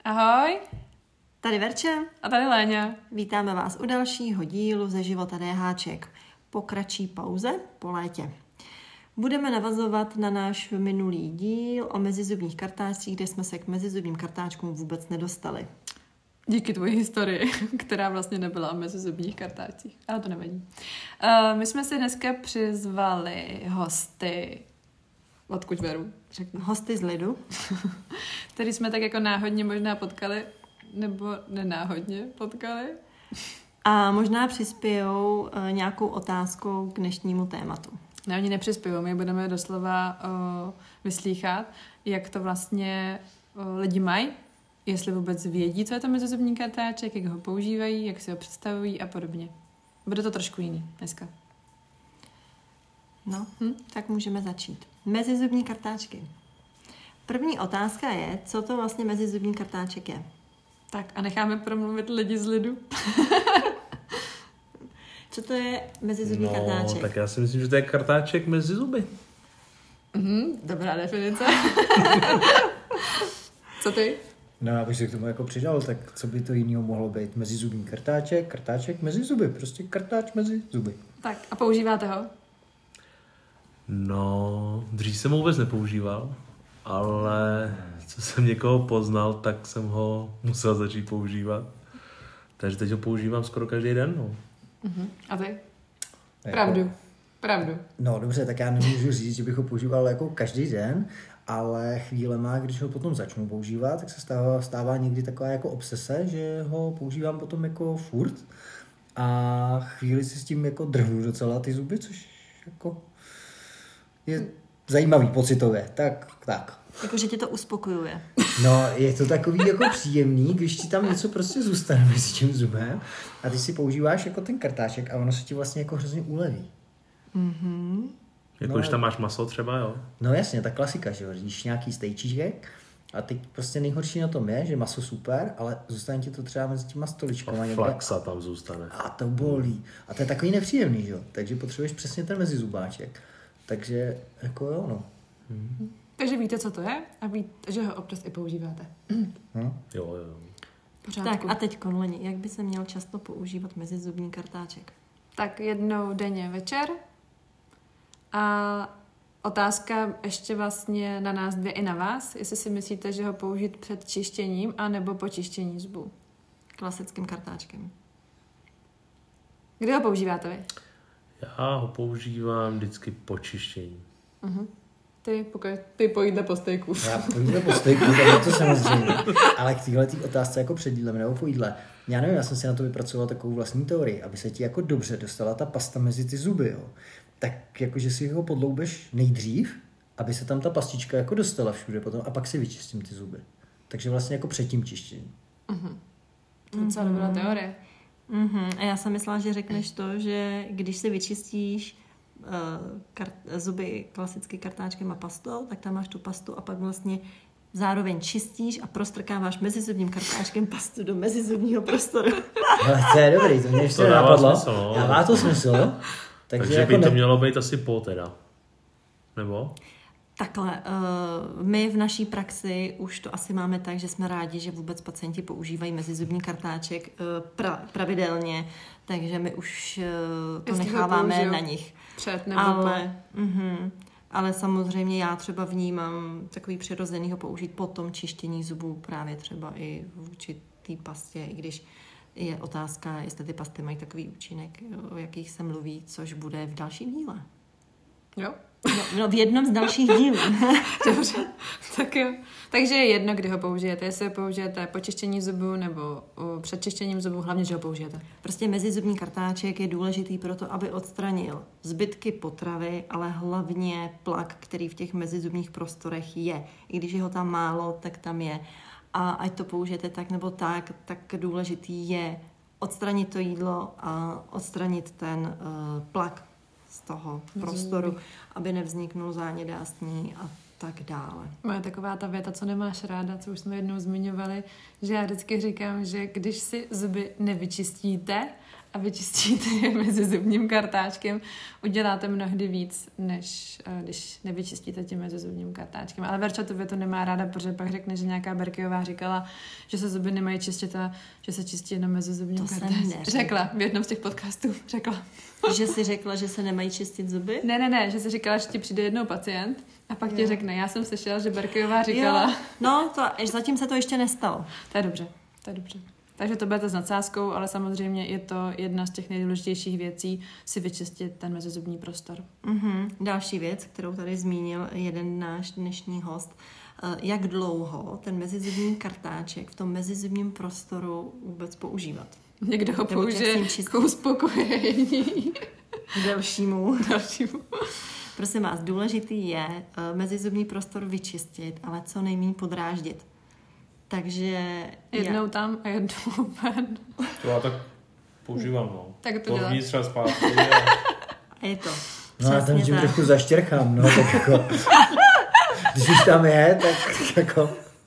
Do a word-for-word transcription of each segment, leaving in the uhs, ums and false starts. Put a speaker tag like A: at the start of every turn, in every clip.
A: Ahoj,
B: Tady Verče
A: a tady Léňa.
B: Vítáme vás u dalšího dílu ze života DHček. Po kratší pauze po létě. Budeme navazovat na náš minulý díl o mezizubních kartáčcích, kde jsme se k mezizubním kartáčkům vůbec nedostali.
A: Díky tvojí historii, která vlastně nebyla o mezizubních kartáčcích, ale to nevadí. Uh, my jsme si dneska přizvali hosty, odkud veru, řeknu.
B: Hosty z lidu.
A: Který jsme tak jako náhodně možná potkali, nebo nenáhodně potkali.
B: A možná přispějou uh, nějakou otázkou k dnešnímu tématu.
A: Ne, oni nepřispějou, my budeme doslova uh, vyslýchat, jak to vlastně uh, lidi mají, jestli vůbec vědí, co je to mezizubní kartáček, jak ho používají, jak si ho představují a podobně. Bude to trošku jiný dneska.
B: No, hm, tak můžeme začít. Mezizubní kartáčky. První otázka je, co to vlastně mezizubní kartáček je.
A: Tak a necháme promluvit lidi z lidu.
B: Co to je mezizubní
C: no,
B: kartáček?
C: tak já si myslím, že to je kartáček mezi zuby.
A: Mhm, dobrá definice. Co ty?
D: No, abych se k tomu jako přidal, tak co by to jiného mohlo být? Mezizubní kartáček, kartáček mezi zuby, prostě kartáč mezi zuby.
A: Tak a používáte ho?
C: No, dřív jsem ho vůbec nepoužíval, ale co jsem někoho poznal, tak jsem ho musel začít používat. Takže teď ho používám skoro každý den, no.
A: Uh-huh. A ty?
D: Jako,
A: Pravdu. Pravdu.
D: No dobře, tak já nemůžu říct, že bych ho používal jako každý den, ale chvílema, když ho potom začnu používat, tak se stává, stává někdy taková jako obsese, že ho používám potom jako furt a chvíli si s tím jako drhnu docela ty zuby, což jako je zajímavý pocitově, tak, tak.
B: Jako, že tě to uspokojuje.
D: No, je to takový jako příjemný, když ti tam něco prostě zůstane mezi tím zubem a ty si používáš jako ten kartáček a ono se ti vlastně jako hrozně uleví.
B: Mhm.
C: Jako
D: No,
C: když tam máš maso třeba, jo.
D: No jasně, ta klasika, že jo, když nějaký stejčíček a teď prostě nejhorší na tom je, že maso super, ale zůstane ti to třeba mezi těma stoličkama.
C: A
D: někde
C: flaxa tam zůstane.
D: A to bolí. A to je takový nepříjemný, že jo, takže potřebuješ přesně ten mezizubáček. Takže jako jo, no.
C: Hmm.
A: Takže víte, co to je a víte, že ho občas i používáte.
D: Hm?
C: Jo, jo.
A: Pořádku.
B: Tak a teď Konleni, jak by se měl často používat mezizubní kartáček?
A: Tak jednou denně večer. A otázka ještě vlastně na nás dvě i na vás, jestli si myslíte, že ho použít před čištěním a nebo po čištění zubů.
B: Klasickým kartáčkem.
A: Kdy ho používáte vy?
C: Já ho používám vždycky po čištění.
A: Uh-huh. Ty, pokud ty pojídne po stejku.
D: Já pojďme po stejku, tak je to samozřejmě. Ale k téhle otázce jako před jídlem nebo po jídle. Já nevím, já jsem si na to vypracoval takovou vlastní teorii, aby se ti jako dobře dostala ta pasta mezi ty zuby, jo. Tak jakože si ho podloubeš nejdřív, aby se tam ta pastička jako dostala všude potom a pak si vyčistím ty zuby. Takže vlastně jako před tím čištěním.
A: Uh-huh. To je docela dobrá teorie.
B: Mm-hmm. A já jsem myslela, že řekneš to, že když si vyčistíš uh, kart- zuby klasicky kartáčkem a pastou, tak tam máš tu pastu a pak vlastně zároveň čistíš a prostrkáváš mezizubním kartáčkem pastu do mezizubního prostoru.
D: Ale to je dobrý, to mě ještě
C: To dává
D: napadlo.
C: smysl, no.
D: Dává to smysl. Takže,
C: Takže
D: jako
C: by to
D: ne...
C: mělo být asi po teda. Nebo?
B: Takhle, uh, my v naší praxi už to asi máme tak, že jsme rádi, že vůbec pacienti používají mezizubní kartáček uh, pra, pravidelně, takže my už uh, to
A: Jestli ho
B: necháváme
A: použiju
B: na nich.
A: Před nebo
B: Ale, mm, ale samozřejmě já třeba vnímám takový přirozený ho použít po tom čištění zubů právě třeba i vůči té pastě, i když je otázka, jestli ty pasty mají takový účinek, o jakých se mluví, což bude v dalším díle.
A: po. Jo?
B: No, no v jednom z dalších dílů.
A: Dobře, tak jo. Takže je jedno, kdy ho použijete. Jestli ho použijete po čištění zubů nebo uh, před čištěním zubů, hlavně, že ho použijete.
B: Prostě mezizubní kartáček je důležitý proto, aby odstranil zbytky potravy, ale hlavně plak, který v těch mezizubních prostorech je. I když je ho tam málo, tak tam je. A ať to použijete tak nebo tak, tak důležitý je odstranit to jídlo a odstranit ten uh, plak z toho prostoru, aby nevzniknul zánědásní a tak dále.
A: Moje taková ta věta, co nemáš ráda, co už jsme jednou zmiňovali, že já vždycky říkám, že když si zuby nevyčistíte a vyčistíte je mezi zubním kartáčkem, uděláte mnohdy víc, než uh, když nevyčistíte tím mezi zubním kartáčkem. Ale Verča to to nemá ráda, protože pak řekne, že nějaká Berkejová říkala, že se zuby nemají čistit a že se čistí jenom mezi zubním kartáčkem. Řekla, v jednom z těch podcastů řekla.
B: Že jsi řekla, že se nemají čistit zuby?
A: Ne, ne, ne, že jsi říkala, že ti přijde jednou pacient a pak jo. ti řekne, já jsem slyšela, že Berkejová říkala.
B: Jo. No, to, zatím se to ještě nestalo.
A: To je dobře, to je dobře. Takže to budete s nadsázkou, ale samozřejmě je to jedna z těch nejdůležitějších věcí si vyčistit ten mezizubní prostor.
B: Mm-hmm. Další věc, kterou tady zmínil jeden náš dnešní host, jak dlouho ten mezizubní kartáček v tom mezizubním prostoru vůbec používat.
A: Někdo ho použije k uspokojení.
B: Dalšímu. Dalšímu. Prosím vás, důležitý je mezizubní prostor vyčistit, ale co nejméně podráždit. Takže...
A: Jednou já... tam a jednou ven.
C: To já tak používám, no.
A: Tak to dělá.
C: Vnitř a zpátky.
B: A je to.
D: No já tam tím trochu zaštěrchám, no, tak jako... Když už tam je, tak jako...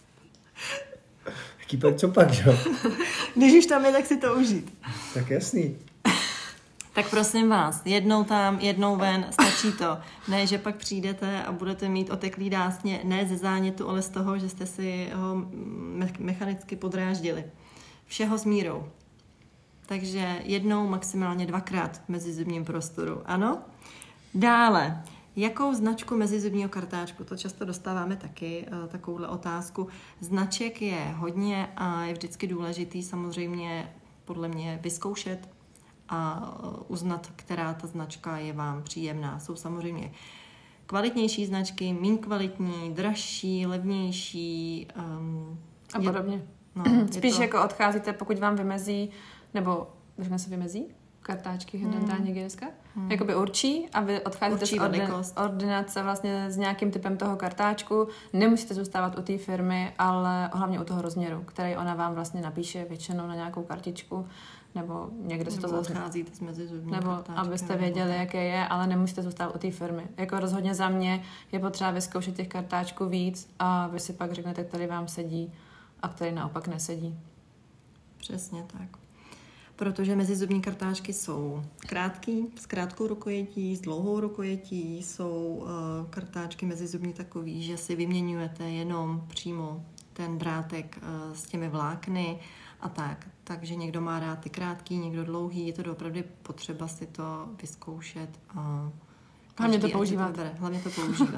D: Kýpek co pak, že?
B: Když už tam je, tak si to užít.
D: Tak jasný.
B: Tak prosím vás, jednou tam, jednou ven, stačí to. Ne, že pak přijdete a budete mít oteklý dásně, ne ze zánětu, ale z toho, že jste si ho me- mechanicky podráždili. Všeho s mírou. Takže jednou, maximálně dvakrát v mezizubním prostoru. Ano? Dále, jakou značku mezizubního kartáčku? To často dostáváme taky, takovouhle otázku. Značek je hodně a je vždycky důležitý samozřejmě podle mě vyzkoušet a uznat, která ta značka je vám příjemná. Jsou samozřejmě kvalitnější značky, méně kvalitní, dražší, levnější. Um,
A: a podobně.
B: Je, no,
A: Spíš
B: to...
A: jako odcházíte, pokud vám vymezí, nebo řekne se vymezí? Kartáčky hmm. dentální hygienická? Hmm. Jakoby určí a vy odcházíte
B: určí
A: z ordin- ordinace vlastně s nějakým typem toho kartáčku. Nemusíte zůstávat u té firmy, ale hlavně u toho rozměru, který ona vám vlastně napíše většinou na nějakou kartičku. Nebo někde se to zase...
B: odcházíte z mezizubní
A: Nebo
B: kartáčka,
A: abyste věděli, nebo... jaké je, ale nemusíte zůstat u té firmy. Jako rozhodně za mě je potřeba vyzkoušet těch kartáčků víc a vy si pak řeknete, který vám sedí a který naopak nesedí.
B: Přesně tak. Protože mezizubní kartáčky jsou krátký, s krátkou rukojetí, s dlouhou rukojetí, jsou uh, kartáčky mezizubní takový, že si vyměňujete jenom přímo ten drátek uh, s těmi vlákny a tak. Takže někdo má rád ty krátký, někdo dlouhý, je to opravdu potřeba si to vyzkoušet a
A: hlavně to používat.
B: Hlavně to používat.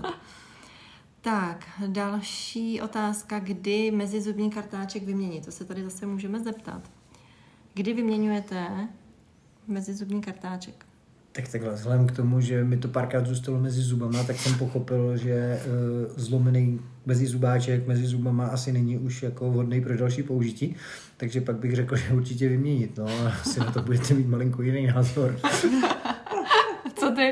B: Tak, další otázka, kdy mezizubní kartáček vyměnit? To se tady zase můžeme zeptat. Kdy vyměňujete mezizubní kartáček?
D: Tak takhle, vzhledem k tomu, že mi to párkrát zůstalo mezi zubama, tak jsem pochopil, že uh, zlomený mezizubáček mezi zubama asi není už jako vhodný pro další použití, takže pak bych řekl, že určitě vyměnit, no, asi na to budete mít malinko jiný názor.
A: Co ty?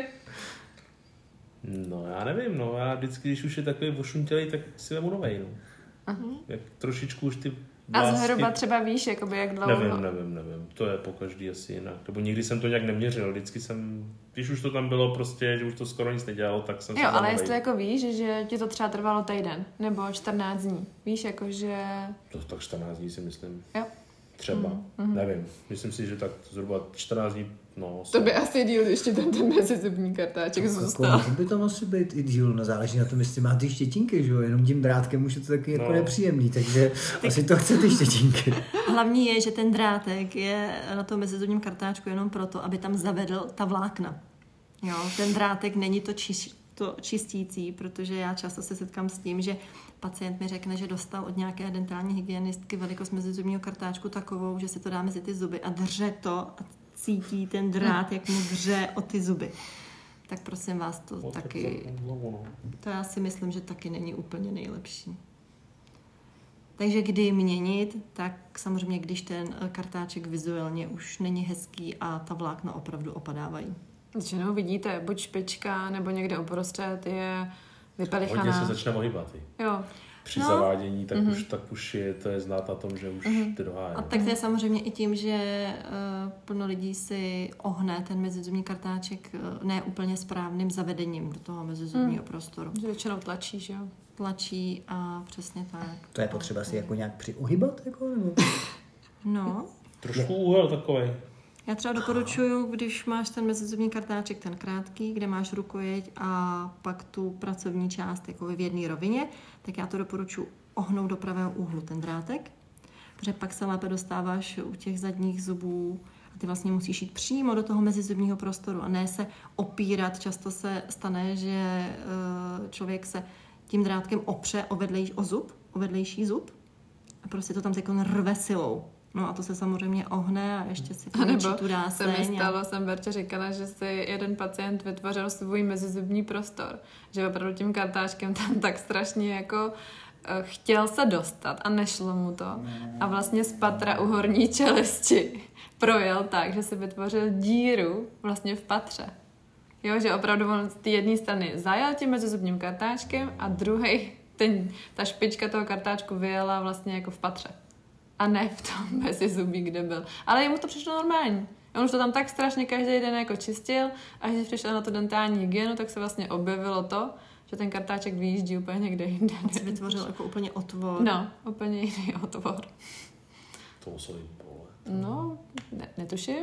C: No já nevím, no, já vždycky, když už je takový ošuntělej, tak si vemu novej, no. Uh-huh. Jak trošičku už ty
A: vlásky... A zhruba třeba víš, jakoby jak dlouho?
C: Nevím, nevím, nevím, to je po každý asi jinak. Nebo nikdy jsem to nějak neměřil, vždycky jsem, když už to tam bylo prostě, že už to skoro nic nedělalo, tak jsem
A: jo,
C: se
A: ale
C: novej.
A: jestli jako víš, že ti to třeba trvalo týden, nebo čtrnáct dní, víš, jako že...
C: To tak čtrnáct dní si myslím.
A: Jo.
C: Třeba, mm-hmm. nevím, myslím si, že tak zhruba čtrnáct dní, no...
A: To by asi díl, ještě ten, ten mezizubní kartáček zůstal.
D: To by to musí být i díl, no záleží na tom, jestli má ty štětinky, že jo, jenom tím drátkem už je to taky jako no. nepříjemný, takže tak... asi to chce ty štětinky.
B: Hlavní je, že ten drátek je na tom mezizubním kartáčku jenom proto, aby tam zavedl ta vlákna. Jo, ten drátek není to, čiš, to čistící, protože já často se setkám s tím, že pacient mi řekne, že dostal od nějaké dentální hygienistky velikost mezizubního kartáčku takovou, že si to dá mezi ty zuby a dře to a cítí ten drát, jak mu dře o ty zuby. Tak prosím vás, to o, taky, to já si myslím, že taky není úplně nejlepší. Takže kdy měnit, tak samozřejmě, když ten kartáček vizuálně už není hezký a ta vlákna opravdu opadávají.
A: Většinou vidíte, buď špička, nebo někde uprostřed je vypelichaná.
C: Hodně se začne ohýbat.
A: Jo.
C: Při
A: no.
C: zavádění, tak, mm-hmm. už, tak už je to je znát na tom, že už mm-hmm. ty dohájí.
B: A tak to je samozřejmě i tím, že uh, plno lidí si ohne ten mezizubní kartáček uh, ne úplně správným zavedením do toho mezizubního mm. prostoru.
A: Že většinou tlačí, že jo?
B: Tlačí a přesně tak.
D: To je potřeba si jako nějak přiohybat? Jako, nebo?
B: No.
C: Trošku úhel takovej.
B: Já třeba doporučuju, když máš ten mezizubní kartáček, ten krátký, kde máš rukojeť a pak tu pracovní část jako v jedné rovině, tak já to doporučuji ohnout do pravého úhlu ten drátek, protože pak se lépe dostáváš u těch zadních zubů a ty vlastně musíš jít přímo do toho mezizubního prostoru a ne se opírat. Často se stane, že člověk se tím drátkem opře o, vedlej, o zub, o vedlejší zub a prostě to tam teď rve silou. No a to se samozřejmě ohne a ještě si
A: to
B: tu dá
A: se mi stalo, jsem Berče říkala, že si jeden pacient vytvořil svůj mezizubní prostor, že opravdu tím kartáčkem tam tak strašně jako chtěl se dostat a nešlo mu to. A vlastně z patra u horní čelisti projel tak, že si vytvořil díru vlastně v patře. Jo, že opravdu on z té jedné strany zajel tím mezizubním kartáčkem a druhý, ten, ta špička toho kartáčku vyjela vlastně jako v patře. A ne v tom mezizubí, kde byl. Ale jemu to přišlo normální. On už to tam tak strašně každý den jako čistil a když přišel na to dentální hygienu, tak se vlastně objevilo to, že ten kartáček vyjíždí úplně někde jinde.
B: On si vytvořil jako úplně otvor.
A: No, úplně jiný otvor.
C: To muselo jít pole.
A: No, ne, netuším.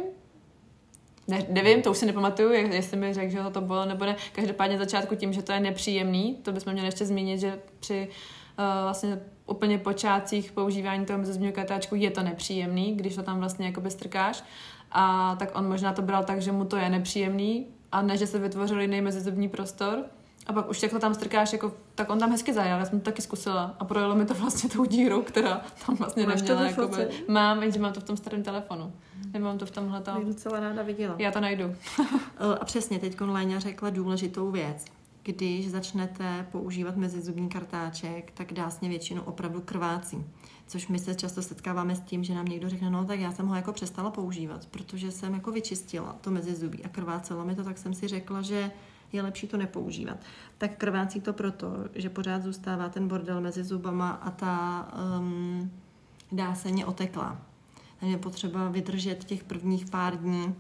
A: Ne, nevím, to už si nepamatuju, jestli mi řekl, že to bylo nebo ne. Každopádně začátku tím, že to je nepříjemný, to bychom měli ještě zmínit, že při uh, vlastně úplně počátcích používání toho mezizubního kartáčku je to nepříjemný, když to tam vlastně jakoby strkáš. A tak on možná to bral tak, že mu to je nepříjemný a ne, že se vytvořil jiný mezizubní prostor. A pak už jak to tam strkáš, jako, tak on tam hezky zajel, já jsem to taky zkusila a projelo mi to vlastně tou dírou, která tam vlastně
B: Máš
A: neměla.
B: To
A: jakoby, mám, jenže mám to v tom starém telefonu. Nemám to v tomhle tom.
B: Bych docela ráda viděla.
A: Já to najdu.
B: A přesně, teď Léňa řekla důležitou věc. Když začnete používat mezizubní kartáček, tak dásně většinou opravdu krvácí. Což my se často setkáváme s tím, že nám někdo řekne, no tak já jsem ho jako přestala používat, protože jsem jako vyčistila to mezizubí a krvácelo mi to, tak jsem si řekla, že je lepší to nepoužívat. Tak krvácí to proto, že pořád zůstává ten bordel mezi zubama a ta um, dáseň oteklá. Takže je potřeba vydržet těch prvních pár dní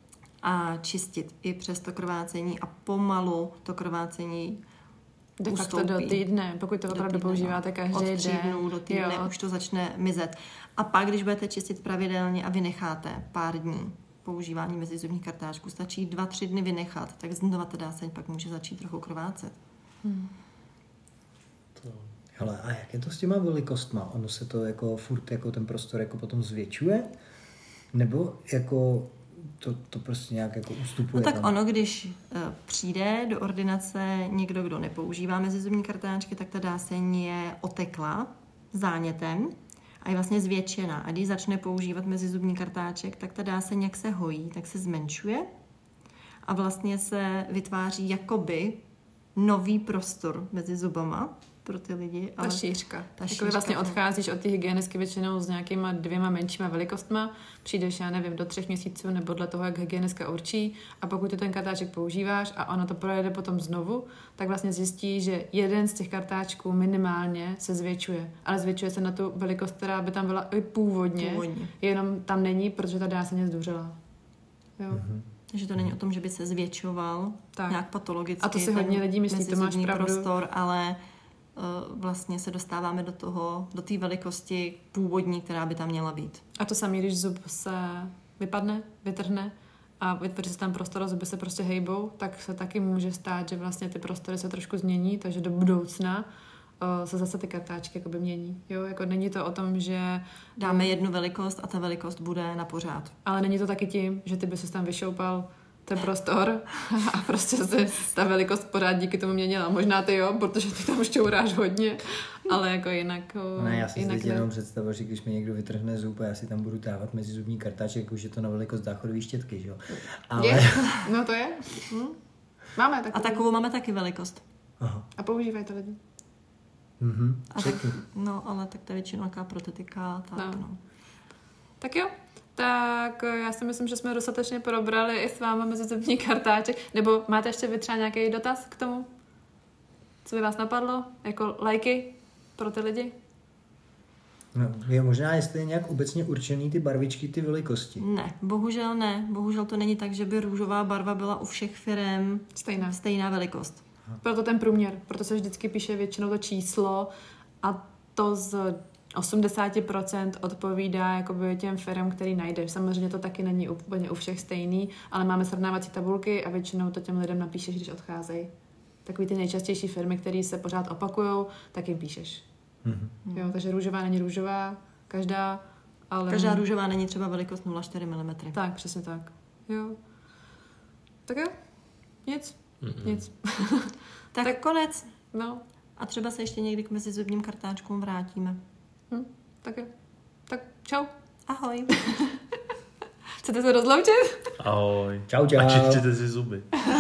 B: a čistit i přes to krvácení a pomalu to krvácení
A: de facto do týdne, pokud to opravdu používáte každý den.
B: Od tří dnů do týdne jo. Už to začne mizet. A pak, když budete čistit pravidelně a vynecháte pár dní používání mezizubních kartáčků, stačí dva, tři dny vynechat, tak znova ta dáseň pak může začít trochu krvácet. Hmm.
D: To. Hele, a jak je to s těma velikostma? Ono se to jako furt jako ten prostor jako potom zvětšuje? Nebo jako to, to prostě nějak jako ustupuje?
B: No tak
D: tam?
B: ono, když uh, přijde do ordinace někdo, kdo nepoužívá mezizubní kartáčky, tak ta dáseň je otekla zánětem a je vlastně zvětšená. A když začne používat mezizubní kartáček, tak ta dáseň, jak se hojí, tak se zmenšuje a vlastně se vytváří jakoby nový prostor mezi zubama pro ty lidi.
A: Ta šířka.
B: Ta
A: šířka. Vlastně odcházíš od té hygienistky většinou s nějakýma dvěma menšíma velikostma, přijdeš, já nevím, do třech měsíců nebo dle toho, jak hygienistka určí a pokud ty ten kartáček používáš a ono to projede potom znovu, tak vlastně zjistí, že jeden z těch kartáčků minimálně se zvětšuje, ale zvětšuje se na tu velikost, která by tam byla i původně, původně. Jenom tam není, protože ta dáseň je zdůřila. Jo.
B: Mm-hmm. Takže to není o tom, že by se zvětšoval tak. Nějak patologicky.
A: A to si hodně lidí myslí, to máš pravdu.
B: Prostor, ale vlastně se dostáváme do toho, do té velikosti původní, která by tam měla být.
A: A to samé, když zub se vypadne, vytrhne a vytvoří se tam prostor a zuby se prostě hejbou, tak se taky může stát, že vlastně ty prostory se trošku změní, takže do budoucna uh, se zase ty kartáčky jakoby mění. Jo? Jako není to o tom, že
B: dáme jednu velikost a ta velikost bude na pořád.
A: Ale není to taky tím, že ty by se tam vyšoupal ten prostor a prostě se ta velikost pořád díky tomu měnila. Možná ty jo, protože ty tam šťouráš hodně, ale jako jinak
D: ne, já si teď jenom představuji, že když mi někdo vytrhne zub a já si tam budu dávat mezizubní kartáček, už je to na velikost záchodové štětky, že jo?
A: Ale... Je? No to je. Hm. Máme takovou.
B: A takovou máme taky velikost.
D: Aha.
A: A používají to lidi.
D: Mhm.
B: A tak, no, ale tak to je většinou nějaká protetika, tak no. no.
A: Tak jo. Tak já si myslím, že jsme dostatečně probrali i s váma mezizubní kartáček. Nebo máte ještě vy třeba nějaký dotaz k tomu? Co by vás napadlo? Jako lajky pro ty lidi?
D: No, je možná, jestli je nějak obecně určený ty barvičky, ty velikosti.
B: Ne, bohužel ne. Bohužel to není tak, že by růžová barva byla u všech firem
A: stejná,
B: stejná velikost.
A: Proto ten průměr. Proto se vždycky píše většinou to číslo a to z osmdesát procent odpovídá jakoby těm firm, který najdeš. Samozřejmě to taky není úplně u všech stejný, ale máme srovnávací tabulky a většinou to těm lidem napíšeš, když odcházejí. Takový ty nejčastější firmy, které se pořád opakujou, tak jim píšeš. Mm-hmm. Jo, takže růžová není růžová, každá, ale...
B: Každá růžová není třeba velikost nula celá čtyři milimetru.
A: Tak, přesně tak. Jo. Tak jo, nic, Mm-mm. nic.
B: tak, tak konec.
A: No.
B: A třeba se ještě někdy k mezizubním kartáčkům vrátíme.
A: Hm, tak jo. Tak čau.
B: Ahoj.
A: Chcete se rozloučit?
C: Ahoj.
D: Čau, čau.
C: A čistěte si zuby.